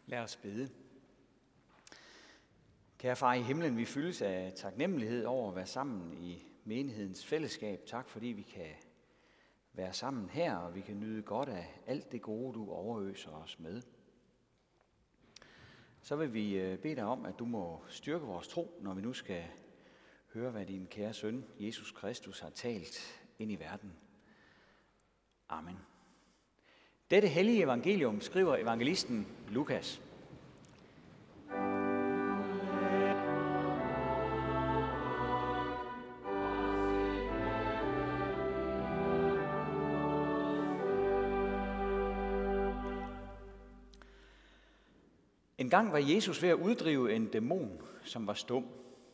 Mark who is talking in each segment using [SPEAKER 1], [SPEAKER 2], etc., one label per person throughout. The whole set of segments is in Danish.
[SPEAKER 1] Lad os bede. Kære far i himlen, vi fyldes af taknemmelighed over at være sammen i menighedens fællesskab. Tak fordi vi kan være sammen her, og vi kan nyde godt af alt det gode, du overøser os med. Så vil vi bede dig om, at du må styrke vores tro, når vi nu skal høre, hvad din kære søn, Jesus Kristus, har talt ind i verden. Amen. Dette hellige evangelium skriver evangelisten Lukas. En gang var Jesus ved at uddrive en dæmon, som var stum.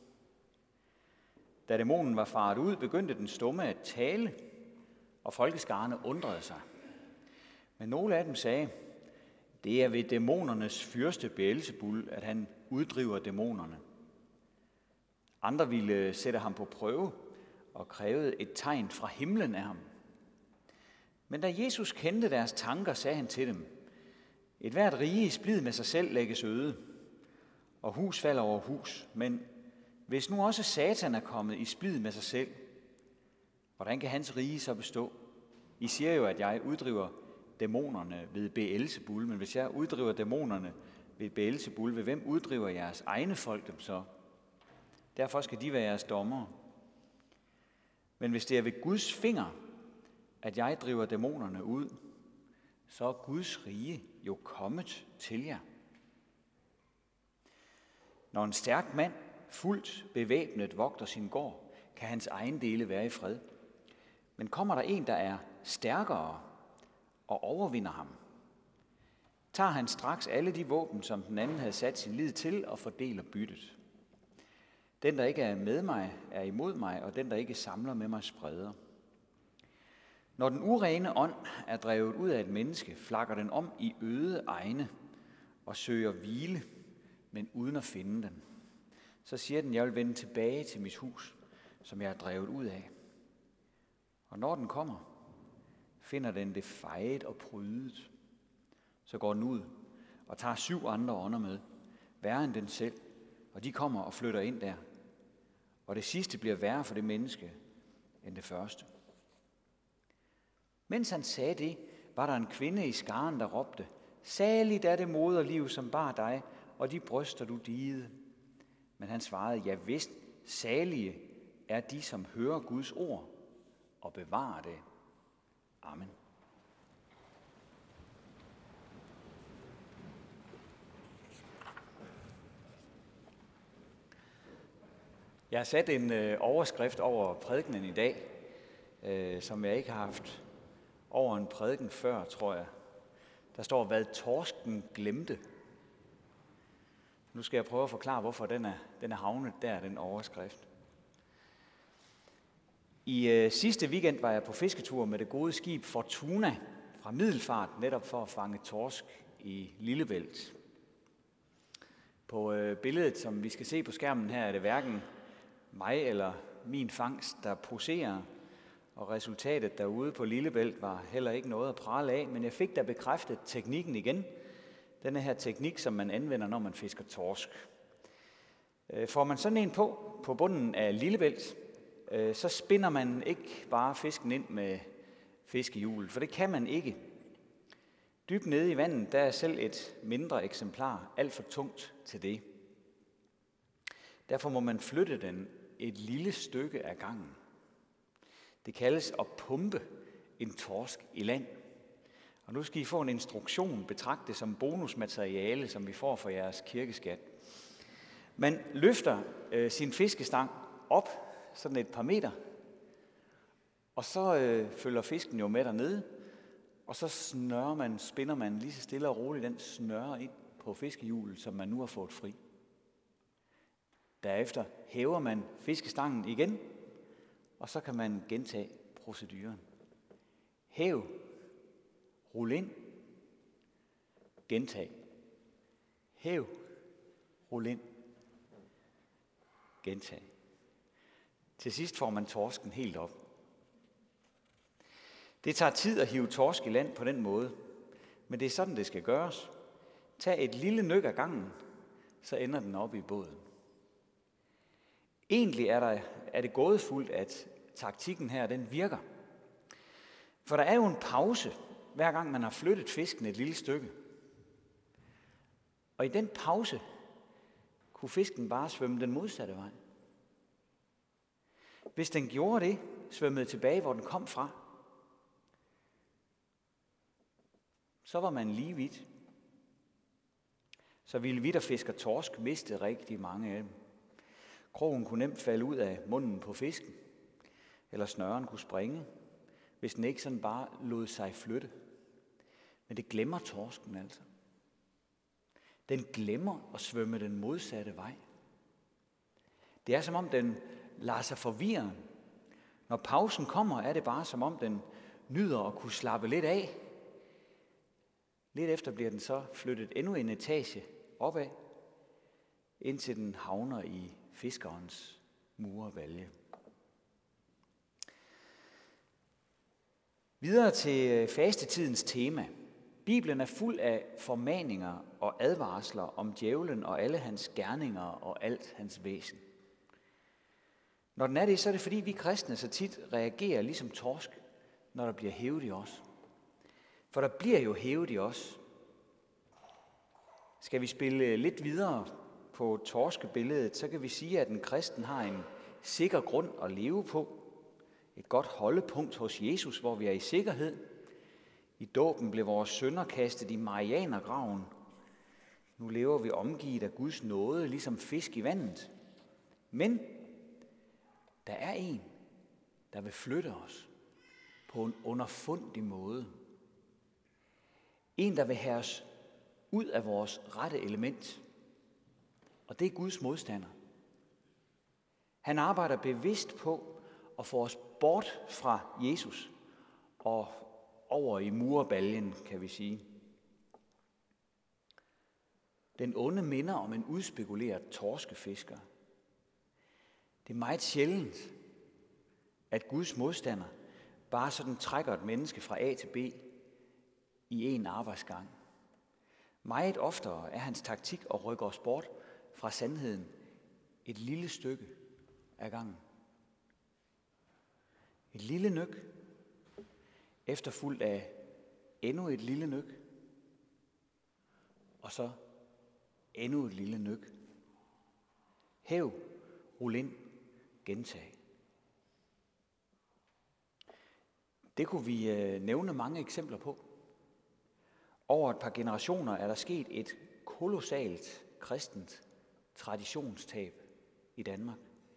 [SPEAKER 1] Da dæmonen var faret ud, begyndte den stumme at tale, og folkeskarne undrede sig. Men nogle af dem sagde, det er ved dæmonernes fyrste Beelzebul, at han uddriver dæmonerne. Andre ville sætte ham på prøve og krævede et tegn fra himlen af ham. Men da Jesus kendte deres tanker, sagde han til dem, et hvert rige i splid med sig selv lægges øde, og hus falder over hus. Men hvis nu også Satan er kommet i splid med sig selv, hvordan kan hans rige så bestå? I siger jo, at jeg uddriver dæmonerne ved Beelzebul, men hvis jeg uddriver dæmonerne ved Beelzebul, ved hvem uddriver jeres egne folk dem så? Derfor skal de være jeres dommere. Men hvis det er ved Guds finger, at jeg driver dæmonerne ud, så er Guds rige jo kommet til jer. Når en stærk mand, fuldt bevæbnet, vogter sin gård, kan hans ejendele være i fred. Men kommer der en, der er stærkere og overvinder ham, tager han straks alle de våben, som den anden havde sat sin lid til, og fordeler byttet. Den, der ikke er med mig, er imod mig, og den, der ikke samler med mig, spreder. Når den urene ånd er drevet ud af et menneske, flakker den om i øde egne og søger hvile, men uden at finde den. Så siger den, jeg vil vende tilbage til mit hus, som jeg er drevet ud af. Og når den kommer, finder den det fejet og prydet. Så går den ud og tager 7 andre ånder med, værre end den selv, og de kommer og flytter ind der. Og det sidste bliver værre for det menneske end det første. Mens han sagde det, var der en kvinde i skaren, der råbte, saligt er det moderliv, som bar dig, og de bryster du digede. Men han svarede, ja vist, salige er de, som hører Guds ord og bevarer det. Amen. Jeg har sat en overskrift over prædikenen i dag, som jeg ikke har haft over en prædiken før, tror jeg. Der står, hvad torsken glemte. Nu skal jeg prøve at forklare, hvorfor den er havnet der, den overskrift. I sidste weekend var jeg på fisketur med det gode skib Fortuna fra Middelfart, netop for at fange torsk i Lillebælt. På billedet, som vi skal se på skærmen her, er det hverken mig eller min fangst, der poserer, og resultatet derude på Lillebælt var heller ikke noget at prale af, men jeg fik da bekræftet teknikken igen. Denne her teknik, som man anvender, når man fisker torsk. Får man sådan en på bunden af Lillebælt, så spinder man ikke bare fisken ind med fiskehjul, for det kan man ikke. Dybt nede i vandet, der er selv et mindre eksemplar alt for tungt til det. Derfor må man flytte den et lille stykke af gangen. Det kaldes at pumpe en torsk i land. Og nu skal I få en instruktion, betragt det som bonusmateriale, som vi får for jeres kirkeskat. Man løfter sin fiskestang op, sådan et par meter, og så følger fisken jo med dernede, og så spinder man lige så stille og roligt den snøre ind på fiskehjulet, som man nu har fået fri. Derefter hæver man fiskestangen igen, og så kan man gentage proceduren. Hæv, rul ind, gentag. Hæv, rul ind, gentag. Til sidst får man torsken helt op. Det tager tid at hive torsk i land på den måde, men det er sådan, det skal gøres. Tag et lille nyk ad gangen, så ender den oppe i båden. Egentlig er det gådefuldt, at taktikken her, den virker. For der er jo en pause, hver gang man har flyttet fisken et lille stykke. Og i den pause kunne fisken bare svømme den modsatte vej. Hvis den gjorde det, svømmede tilbage, hvor den kom fra, så var man lige vidt. Så ville vi, der fisker torsk, miste rigtig mange af dem. Krogen kunne nemt falde ud af munden på fisken, eller snøren kunne springe, hvis den ikke sådan bare lod sig flytte. Men det glemmer torsken altså. Den glemmer at svømme den modsatte vej. Det er som om den lader sig forvirre. Når pausen kommer, er det bare som om den nyder at kunne slappe lidt af. Lidt efter bliver den så flyttet endnu en etage opad, indtil den havner i fiskerens murevalje. Videre til fastetidens tema. Bibelen er fuld af formaninger og advarsler om djævlen og alle hans gerninger og alt hans væsen. Når den er det, så er det fordi vi kristne så tit reagerer ligesom torsk, når der bliver hævet i os. For der bliver jo hævet i os. Skal vi spille lidt videre på torskebilledet, så kan vi sige, at en kristen har en sikker grund at leve på. Et godt holdepunkt hos Jesus, hvor vi er i sikkerhed. I dåben blev vores synder kastet i Marianergraven. Nu lever vi omgivet af Guds nåde, ligesom fisk i vandet. Men der er en, der vil flytte os på en underfundig måde. En, der vil have os ud af vores rette element. Og det er Guds modstander. Han arbejder bevidst på at få os bort fra Jesus og over i murbaljen, kan vi sige. Den onde minder om en udspekuleret torskefisker. Det er meget sjældent, at Guds modstander bare sådan trækker et menneske fra A til B i en arbejdsgang. Meget oftere er hans taktik at rykke os bort fra sandheden et lille stykke ad gangen. Et lille nyk, efterfulgt af endnu et lille nyk, og så endnu et lille nyk. Hæv, rul ind, gentag. Det kunne vi nævne mange eksempler på. Over et par generationer er der sket et kolossalt kristent traditionstab i Danmark.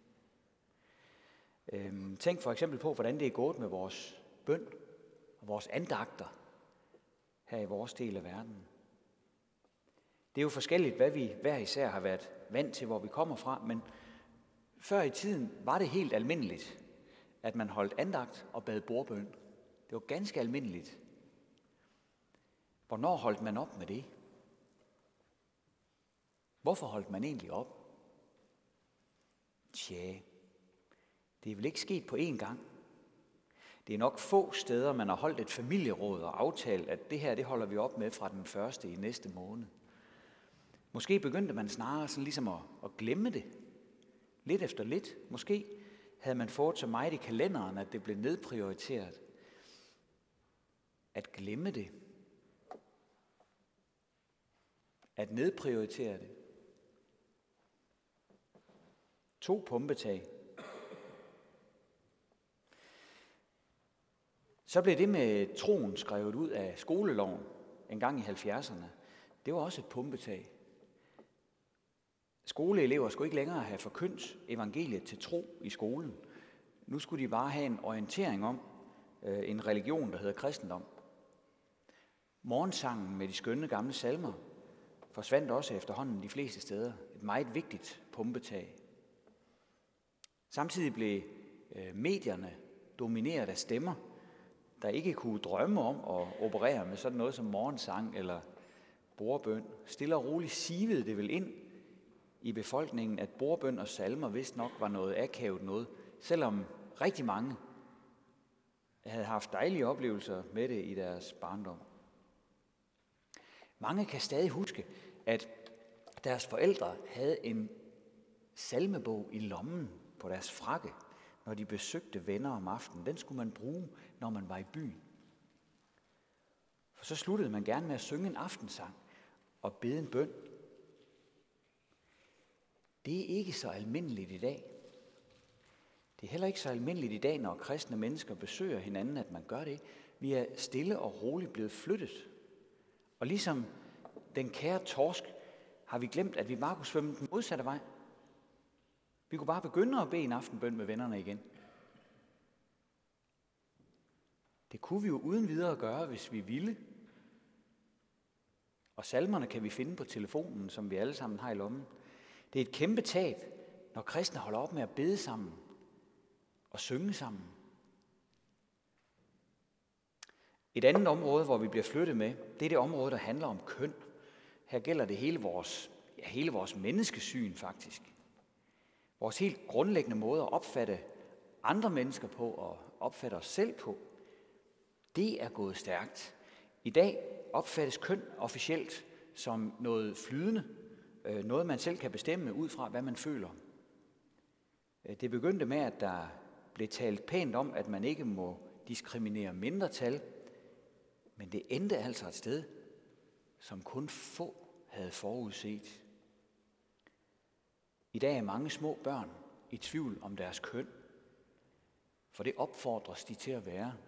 [SPEAKER 1] Tænk for eksempel på, hvordan det er gået med vores bøn og vores andagter her i vores del af verden. Det er jo forskelligt, hvad vi hver især har været vant til, hvor vi kommer fra, men før i tiden var det helt almindeligt, at man holdt andagt og bad bordbøn. Det var ganske almindeligt. Hvornår holdt man op med det? Hvorfor holdt man egentlig op? Tja, det er vel ikke sket på én gang. Det er nok få steder, man har holdt et familieråd og aftalt, at det her, det holder vi op med fra den første i næste måned. Måske begyndte man snarere sådan ligesom at glemme det. Lidt efter lidt. Måske havde man fået så meget i kalenderen, at det blev nedprioriteret. At glemme det. At nedprioritere det. 2 pumpetag. Så blev det med troen skrevet ud af skoleloven en gang i 70'erne. Det var også et pumpetag. Skoleelever skulle ikke længere have forkyndt evangeliet til tro i skolen. Nu skulle de bare have en orientering om en religion, der hedder kristendom. Morgensangen med de skønne gamle salmer forsvandt også efterhånden de fleste steder. Et meget vigtigt pumpetag. Samtidig blev medierne domineret af stemmer, der ikke kunne drømme om at operere med sådan noget som morgensang eller bordbøn. Stille og roligt sivede det vel ind i befolkningen, at bordbøn og salmer vist nok var noget akavet noget, selvom rigtig mange havde haft dejlige oplevelser med det i deres barndom. Mange kan stadig huske, at deres forældre havde en salmebog i lommen på deres frakke, når de besøgte venner om aftenen. Den skulle man bruge, når man var i byen. For så sluttede man gerne med at synge en aftensang og bede en bøn. Det er ikke så almindeligt i dag. Det er heller ikke så almindeligt i dag, når kristne mennesker besøger hinanden, at man gør det. Vi er stille og roligt blevet flyttet. Og ligesom den kære torsk, har vi glemt, at vi bare kunne svømme den modsatte vej. Vi kunne bare begynde at bede en aftenbøn med vennerne igen. Det kunne vi jo uden videre gøre, hvis vi ville. Og salmerne kan vi finde på telefonen, som vi alle sammen har i lommen. Det er et kæmpe tab, når kristne holder op med at bede sammen og synge sammen. Et andet område, hvor vi bliver flyttet med, det er det område, der handler om køn. Her gælder det hele vores menneskesyn faktisk. Vores helt grundlæggende måde at opfatte andre mennesker på og opfatte os selv på, det er gået stærkt. I dag opfattes køn officielt som noget flydende, noget man selv kan bestemme ud fra, hvad man føler. Det begyndte med, at der blev talt pænt om, at man ikke må diskriminere mindretal, men det endte altså et sted, som kun få havde forudset. I dag er mange små børn i tvivl om deres køn, for det opfordres de til at være.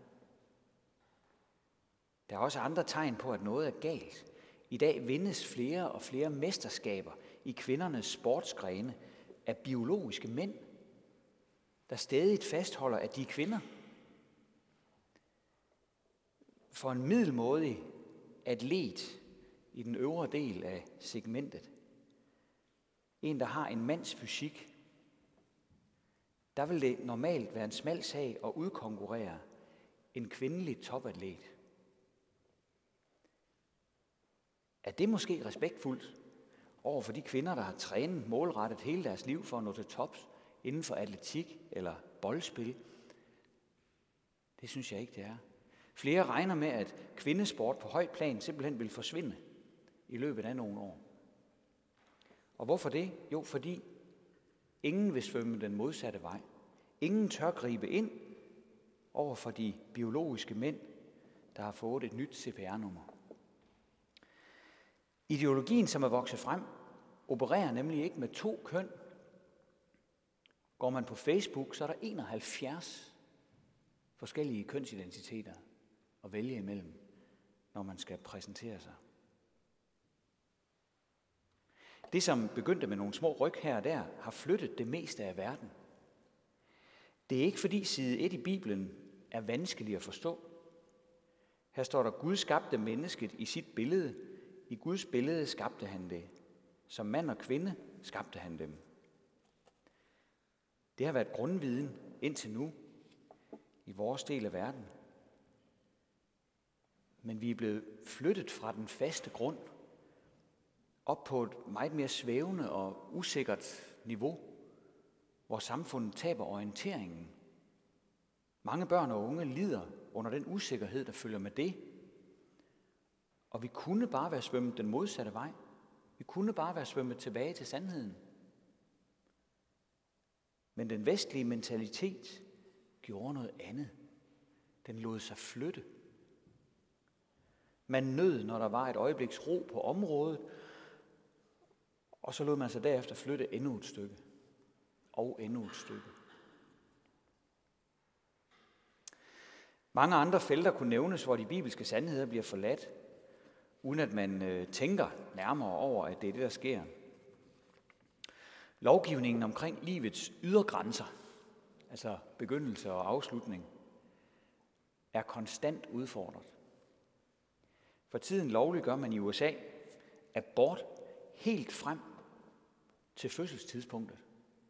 [SPEAKER 1] Der er også andre tegn på, at noget er galt. I dag vindes flere og flere mesterskaber i kvindernes sportsgrene af biologiske mænd, der stadig fastholder, at de er kvinder. For en middelmådig atlet i den øvre del af segmentet, en, der har en mands fysik, der vil det normalt være en smal sag at udkonkurrere en kvindelig topatlet. Er det måske respektfuldt over for de kvinder, der har trænet målrettet hele deres liv for at nå til tops inden for atletik eller boldspil? Det synes jeg ikke, det er. Flere regner med, at kvindesport på højt plan simpelthen vil forsvinde i løbet af nogle år. Og hvorfor det? Jo, fordi ingen vil svømme den modsatte vej. Ingen tør gribe ind over for de biologiske mænd, der har fået et nyt CPR-nummer. Ideologien, som er vokset frem, opererer nemlig ikke med 2 køn. Går man på Facebook, så er der 71 forskellige kønsidentiteter at vælge imellem, når man skal præsentere sig. Det, som begyndte med nogle små ryk her og der, har flyttet det meste af verden. Det er ikke fordi side 1 i Bibelen er vanskelig at forstå. Her står der, Gud skabte mennesket i sit billede. I Guds billede skabte han det. Som mand og kvinde skabte han dem. Det har været grundviden indtil nu i vores del af verden. Men vi er blevet flyttet fra den faste grund op på et meget mere svævende og usikkert niveau, hvor samfundet taber orienteringen. Mange børn og unge lider under den usikkerhed, der følger med det. Og vi kunne bare være svømmet den modsatte vej. Vi kunne bare være svømmet tilbage til sandheden. Men den vestlige mentalitet gjorde noget andet. Den lod sig flytte. Man nød, når der var et øjebliks ro på området, og så lod man sig derefter flytte endnu et stykke. Og endnu et stykke. Mange andre felter kunne nævnes, hvor de bibelske sandheder bliver forladt, uden at man tænker nærmere over, at det er det, der sker. Lovgivningen omkring livets ydergrænser, altså begyndelse og afslutning, er konstant udfordret. For tiden lovliggør man i USA abort helt frem til fødselstidspunktet.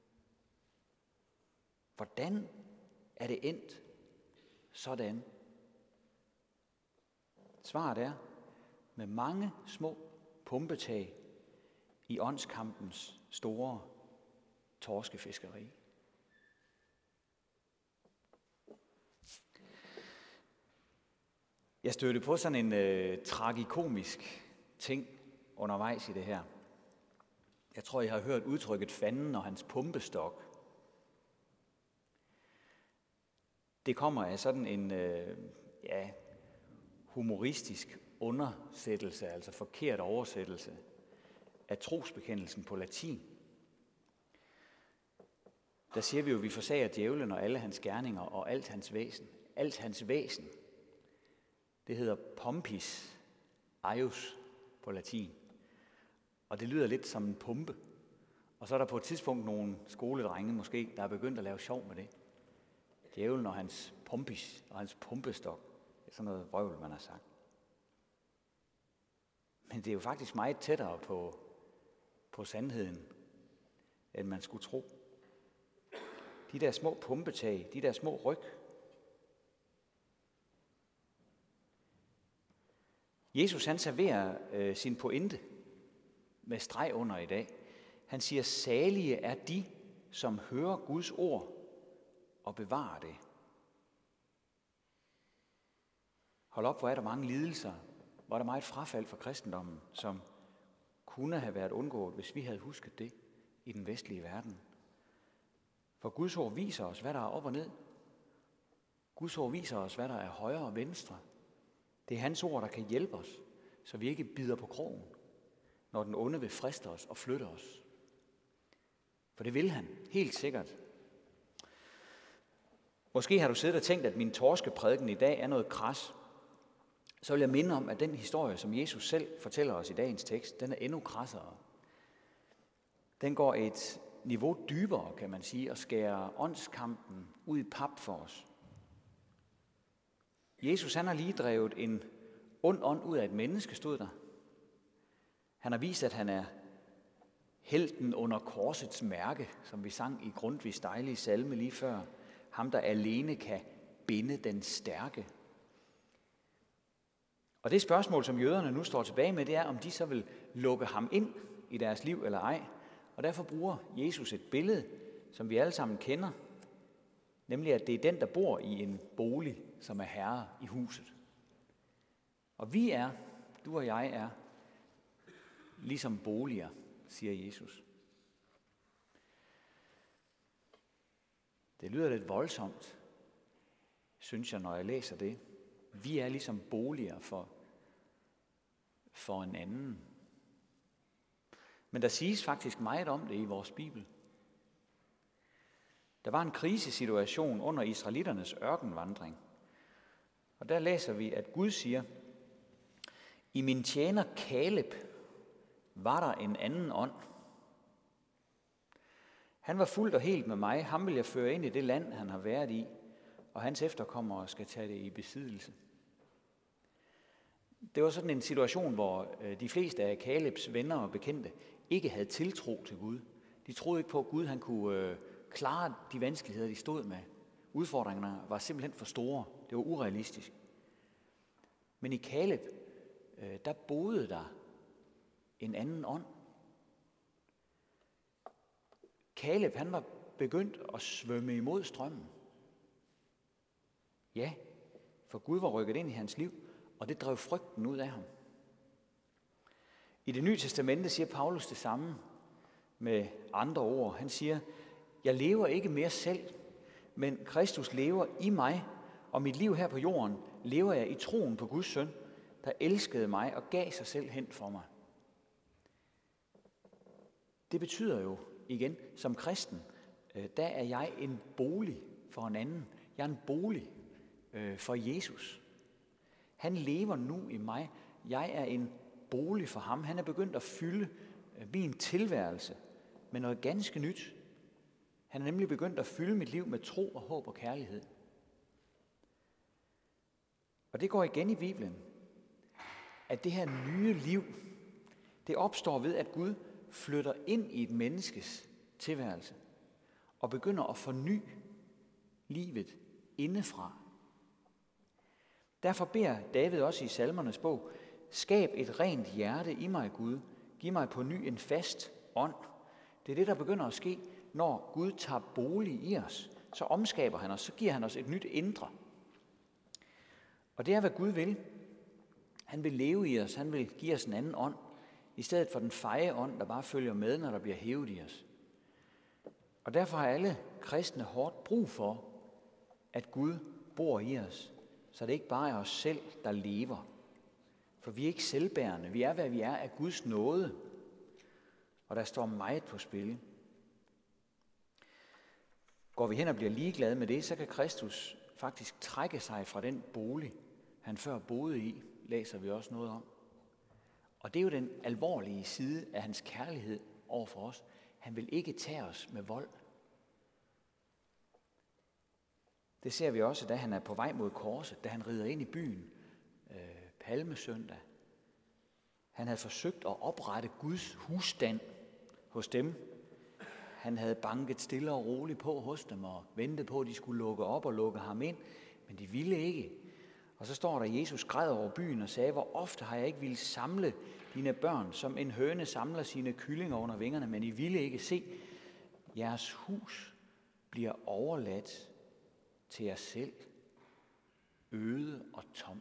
[SPEAKER 1] Hvordan er det endt sådan? Svaret er med mange små pumpetag i åndskampens store torskefiskeri. Jeg stødte på sådan en tragikomisk ting undervejs i det her. Jeg tror, I har hørt udtrykket fanden og hans pumpestok. Det kommer af sådan en humoristisk undersættelse, altså forkert oversættelse af trosbekendelsen på latin. Der siger vi jo, at vi forsager djævlen og alle hans gerninger og alt hans væsen. Alt hans væsen, det hedder pompis eius på latin. Og det lyder lidt som en pumpe. Og så er der på et tidspunkt nogle skoledrenge måske, der er begyndt at lave sjov med det. Djævlen og hans pompis og hans pumpestok. Det er sådan noget vrøvl, man har sagt. Men det er jo faktisk meget tættere på sandheden, end man skulle tro. De der små pumpetag, de der små ryg. Jesus han serverer sin pointe med streg under i dag. Han siger, salige er de, som hører Guds ord og bevarer det. Hold op, hvor er der mange lidelser, hvor er der meget frafald fra kristendommen, som kunne have været undgået, hvis vi havde husket det i den vestlige verden. For Guds ord viser os, hvad der er op og ned. Guds ord viser os, hvad der er højre og venstre. Det er hans ord, der kan hjælpe os, så vi ikke bider på krogen, når den onde vil friste os og flytte os. For det vil han, helt sikkert. Måske har du siddet og tænkt, at min torskeprædiken i dag er noget kras. Så vil jeg minde om, at den historie, som Jesus selv fortæller os i dagens tekst, den er endnu krassere. Den går et niveau dybere, kan man sige, og skærer åndskampen ud i pap for os. Jesus han har lige drevet en ond ånd ud af et menneske, stod der. Han har vist, at han er helten under korsets mærke, som vi sang i Grundtvigs dejlige salme lige før. Ham, der alene kan binde den stærke. Og det spørgsmål, som jøderne nu står tilbage med, det er, om de så vil lukke ham ind i deres liv eller ej. Og derfor bruger Jesus et billede, som vi alle sammen kender, nemlig at det er den, der bor i en bolig, som er herre i huset. Og vi er, du og jeg er, ligesom boliger, siger Jesus. Det lyder lidt voldsomt, synes jeg, når jeg læser det. Vi er ligesom boliger for en anden. Men der siges faktisk meget om det i vores Bibel. Der var en krisesituation under israelitternes ørkenvandring. Og der læser vi, at Gud siger, i min tjener Kaleb var der en anden ånd. Han var fuldt og helt med mig. Ham vil jeg føre ind i det land, han har været i, og hans efterkommere skal tage det i besiddelse. Det var sådan en situation, hvor de fleste af Kalebs venner og bekendte ikke havde tiltro til Gud. De troede ikke på, at Gud han kunne klare de vanskeligheder, de stod med. Udfordringerne var simpelthen for store. Det var urealistisk. Men i Kaleb, der boede der en anden ånd. Kaleb, han var begyndt at svømme imod strømmen. Ja, for Gud var rykket ind i hans liv, og det drev frygten ud af ham. I Det Nye Testamente siger Paulus det samme med andre ord. Han siger, jeg lever ikke mere selv, men Kristus lever i mig, og mit liv her på jorden lever jeg i troen på Guds søn, der elskede mig og gav sig selv hen for mig. Det betyder jo igen, som kristen, der er jeg en bolig for en anden. Jeg er en bolig for Jesus. Han lever nu i mig. Jeg er en bolig for ham. Han er begyndt at fylde min tilværelse med noget ganske nyt. Han er nemlig begyndt at fylde mit liv med tro og håb og kærlighed. Og det går igen i Bibelen, at det her nye liv, det opstår ved, at Gud flytter ind i et menneskes tilværelse og begynder at forny livet indefra. Derfor beder David også i Salmernes bog, skab et rent hjerte i mig, Gud. Giv mig på ny en fast ånd. Det er det, der begynder at ske, når Gud tager bolig i os. Så omskaber han os, så giver han os et nyt indre. Og det er, hvad Gud vil. Han vil leve i os. Han vil give os en anden ånd, i stedet for den feje ånd, der bare følger med, når der bliver hævet i os. Og derfor har alle kristne hårdt brug for, at Gud bor i os, så det ikke bare er os selv, der lever. For vi er ikke selvbærende. Vi er, hvad vi er af Guds nåde. Og der står meget på spil. Går vi hen og bliver ligeglade med det, så kan Kristus faktisk trække sig fra den bolig, han før boede i, læser vi også noget om. Og det er jo den alvorlige side af hans kærlighed over for os. Han vil ikke tage os med vold. Det ser vi også, da han er på vej mod korset, da han rider ind i byen palmesøndag. Han havde forsøgt at oprette Guds husstand hos dem. Han havde banket stille og roligt på hos dem og ventet på, at de skulle lukke op og lukke ham ind, men de ville ikke. Og så står der, at Jesus græd over byen og sagde, hvor ofte har jeg ikke ville samle dine børn, som en høne samler sine kyllinger under vingerne, men I ville ikke se. Jeres hus bliver overladt til jer selv, øde og tomt.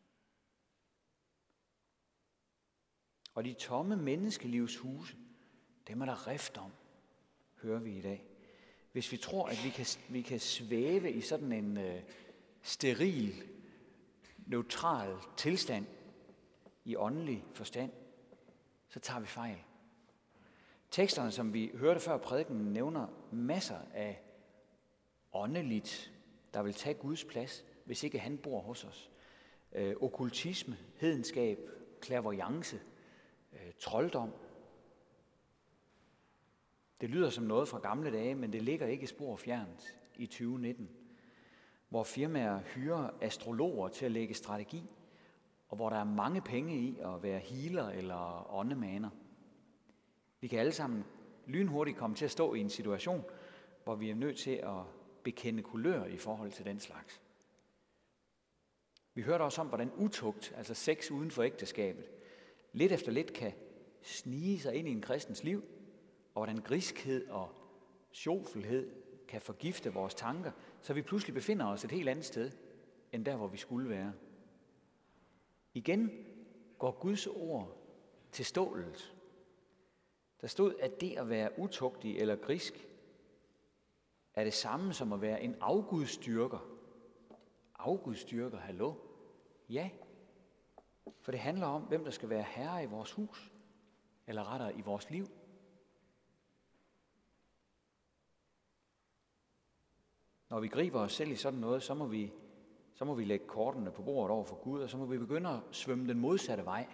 [SPEAKER 1] Og de tomme menneskelivs huse, dem er der rift om, hører vi i dag. Hvis vi tror, at vi kan svæve i sådan en steril, neutral tilstand i åndelig forstand, så tager vi fejl. Teksterne, som vi hørte før prædiken, nævner masser af åndeligt, der vil tage Guds plads, hvis ikke han bor hos os. Okkultisme, hedenskab, clairvoyance, trolddom. Det lyder som noget fra gamle dage, men det ligger ikke spor fjernt i 2019, hvor firmaer hyrer astrologer til at lægge strategi, og hvor der er mange penge i at være healer eller åndemaner. Vi kan alle sammen lynhurtigt komme til at stå i en situation, hvor vi er nødt til at bekende kulør i forhold til den slags. Vi hørte også om, hvordan utugt, altså sex uden for ægteskabet, lidt efter lidt kan snige sig ind i en kristens liv, og hvordan griskhed og sjofelhed kan forgifte vores tanker, så vi pludselig befinder os et helt andet sted, end der, hvor vi skulle være. Igen går Guds ord til stålet. Der stod, at det at være utugtig eller grisk er det samme som at være en afgudstyrker. Afgudstyrker, hallo? Ja, for det handler om, hvem der skal være herre i vores hus, eller rettere i vores liv. Når vi griber os selv i sådan noget, så må vi lægge kortene på bordet over for Gud, og så må vi begynde at svømme den modsatte vej.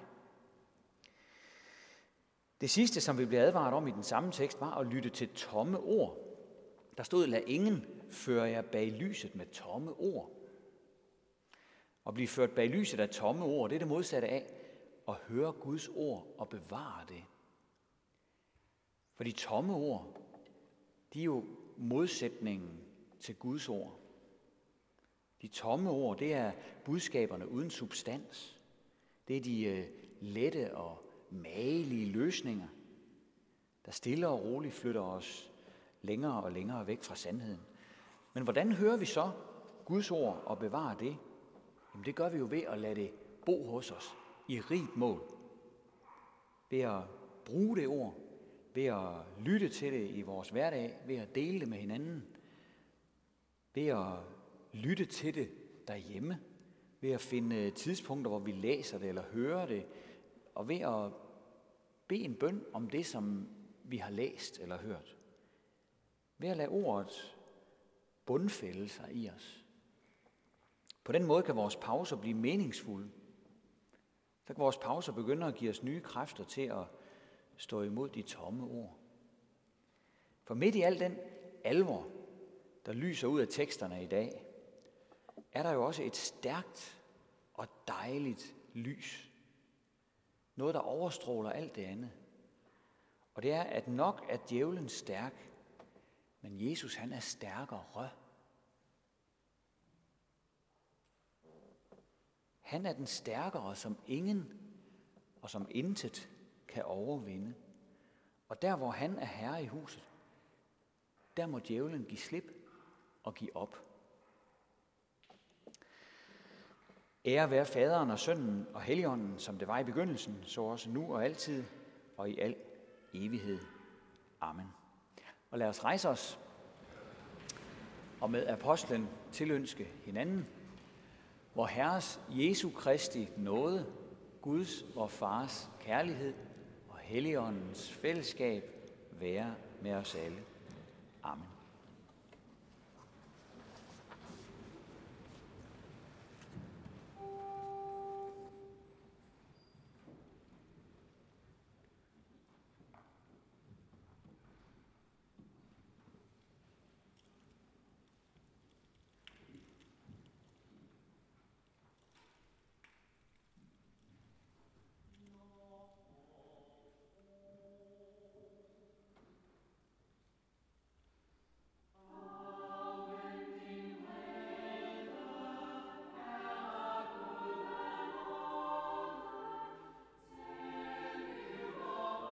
[SPEAKER 1] Det sidste, som vi blev advaret om i den samme tekst, var at lytte til tomme ord. Der stod, lad ingen føre jer bag lyset med tomme ord. At blive ført bag lyset af tomme ord, det er det modsatte af at høre Guds ord og bevare det. For de tomme ord, de er jo modsætningen til Guds ord. De tomme ord, det er budskaberne uden substans. Det er de lette og magelige løsninger, der stille og roligt flytter os længere og længere væk fra sandheden. Men hvordan hører vi så Guds ord og bevarer det? Jamen det gør vi jo ved at lade det bo hos os i rigt mål. Ved at bruge det ord, ved at lytte til det i vores hverdag, ved at dele det med hinanden, ved at lytte til det derhjemme, ved at finde tidspunkter, hvor vi læser det eller hører det, og ved at bede en bøn om det, som vi har læst eller hørt. Ved at lade ordet bundfælde sig i os. På den måde kan vores pauser blive meningsfulde. Så kan vores pauser begynde at give os nye kræfter til at stå imod de tomme ord. For midt i al den alvor, der lyser ud af teksterne i dag, er der jo også et stærkt og dejligt lys. Noget, der overstråler alt det andet. Og det er, at nok er djævlen stærk, men Jesus han er stærkere. Han er den stærkere, som ingen og som intet kan overvinde. Og der, hvor han er herre i huset, der må djævlen give slip og give op. Ære være Faderen og Sønnen og Helligånden, som det var i begyndelsen, så også nu og altid og i al evighed. Amen. Og lad os rejse os og med apostlen tilønske hinanden, hvor Herres Jesu Kristi nåde, Guds og Fars kærlighed og Helligåndens fællesskab være med os alle. Amen.